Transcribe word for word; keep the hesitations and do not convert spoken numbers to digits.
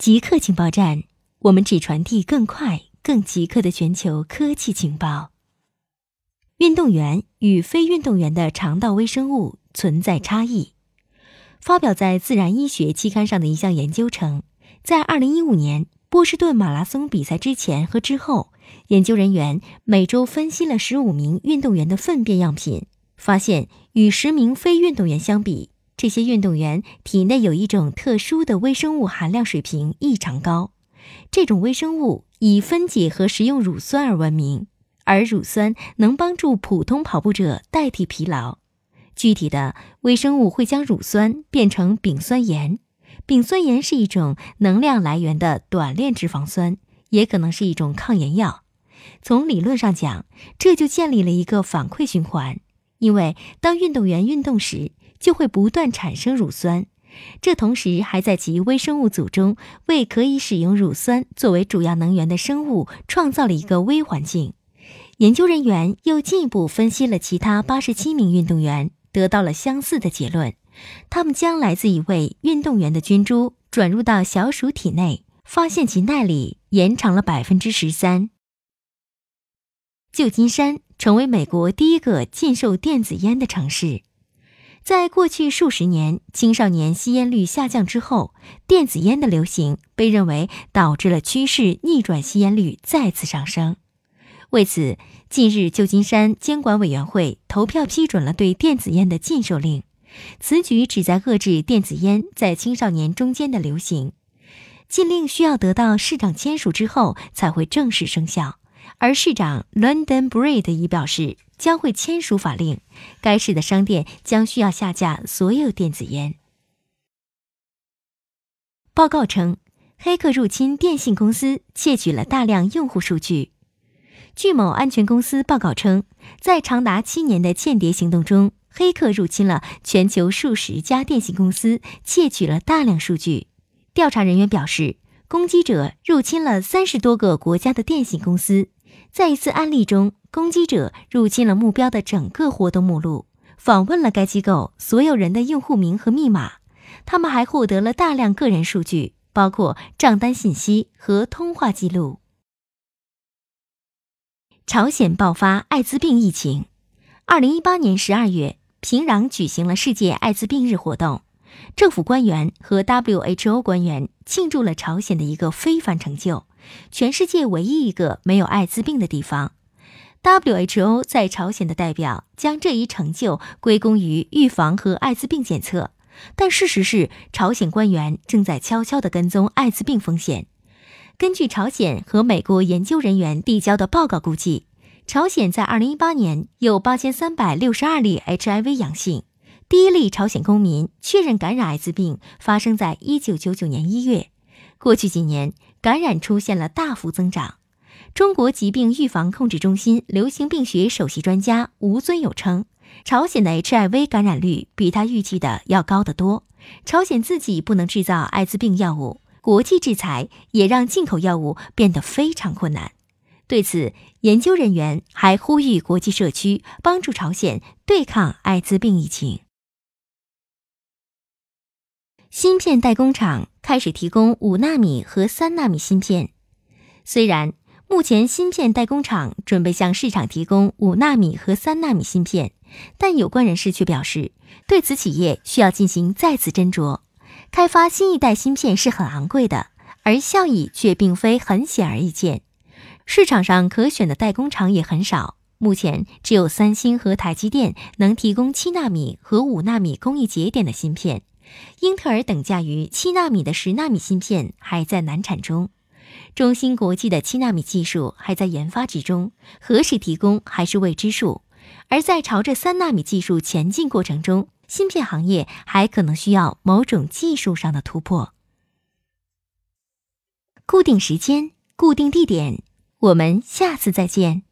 极客情报站，我们只传递更快、更极客的全球科技情报。运动员与非运动员的肠道微生物存在差异。发表在《自然医学》期刊上的一项研究称，在二零一五年波士顿马拉松比赛之前和之后，研究人员每周分析了十五名运动员的粪便样品，发现与十名非运动员相比，这些运动员体内有一种特殊的微生物含量水平异常高。这种微生物以分解和食用乳酸而闻名，而乳酸能帮助普通跑步者代替疲劳。具体的，微生物会将乳酸变成丙酸盐。丙酸盐是一种能量来源的短链脂肪酸，也可能是一种抗炎药。从理论上讲，这就建立了一个反馈循环，因为当运动员运动时，就会不断产生乳酸，这同时还在其微生物组中为可以使用乳酸作为主要能源的生物创造了一个微环境。研究人员又进一步分析了其他八十七名运动员，得到了相似的结论。他们将来自一位运动员的菌株转入到小鼠体内，发现其耐力延长了 百分之十三。 旧金山成为美国第一个禁售电子烟的城市。在过去数十年青少年吸烟率下降之后，电子烟的流行被认为导致了趋势逆转吸烟率再次上升。为此，近日旧金山监管委员会投票批准了对电子烟的禁售令。此举旨在遏制电子烟在青少年中间的流行。禁令需要得到市长签署之后才会正式生效，而市长 London Breed 已表示将会签署法令，该市的商店将需要下架所有电子烟。报告称，黑客入侵电信公司，窃取了大量用户数据。据某安全公司报告称，在长达七年的间谍行动中，黑客入侵了全球数十家电信公司，窃取了大量数据。调查人员表示，攻击者入侵了三十多个国家的电信公司。在一次案例中，攻击者入侵了目标的整个活动目录，访问了该机构所有人的用户名和密码。他们还获得了大量个人数据，包括账单信息和通话记录。朝鲜爆发艾滋病疫情。二零一八年十二月，平壤举行了世界艾滋病日活动，政府官员和 W H O 官员庆祝了朝鲜的一个非凡成就，全世界唯一一个没有艾滋病的地方。W H O 在朝鲜的代表将这一成就归功于预防和艾滋病检测，但事实是，朝鲜官员正在悄悄地跟踪艾滋病风险。根据朝鲜和美国研究人员递交的报告估计，朝鲜在二零一八年有八千三百六十二例 H I V 阳性，第一例朝鲜公民确认感染艾滋病发生在一九九九年一月。过去几年，感染出现了大幅增长。中国疾病预防控制中心流行病学首席专家吴尊友称，朝鲜的 H I V 感染率比他预计的要高得多。朝鲜自己不能制造艾滋病药物，国际制裁也让进口药物变得非常困难。对此，研究人员还呼吁国际社区帮助朝鲜对抗艾滋病疫情。芯片代工厂开始提供五纳米和三纳米芯片。虽然目前芯片代工厂准备向市场提供五纳米和三纳米芯片，但有关人士却表示，对此企业需要进行再次斟酌。开发新一代芯片是很昂贵的，而效益却并非很显而易见。市场上可选的代工厂也很少，目前只有三星和台积电能提供七纳米和五纳米工艺节点的芯片，英特尔等价于七纳米的十纳米芯片还在难产中。中芯国际的七纳米技术还在研发之中，何时提供还是未知数。而在朝着三纳米技术前进过程中，芯片行业还可能需要某种技术上的突破。固定时间，固定地点，我们下次再见。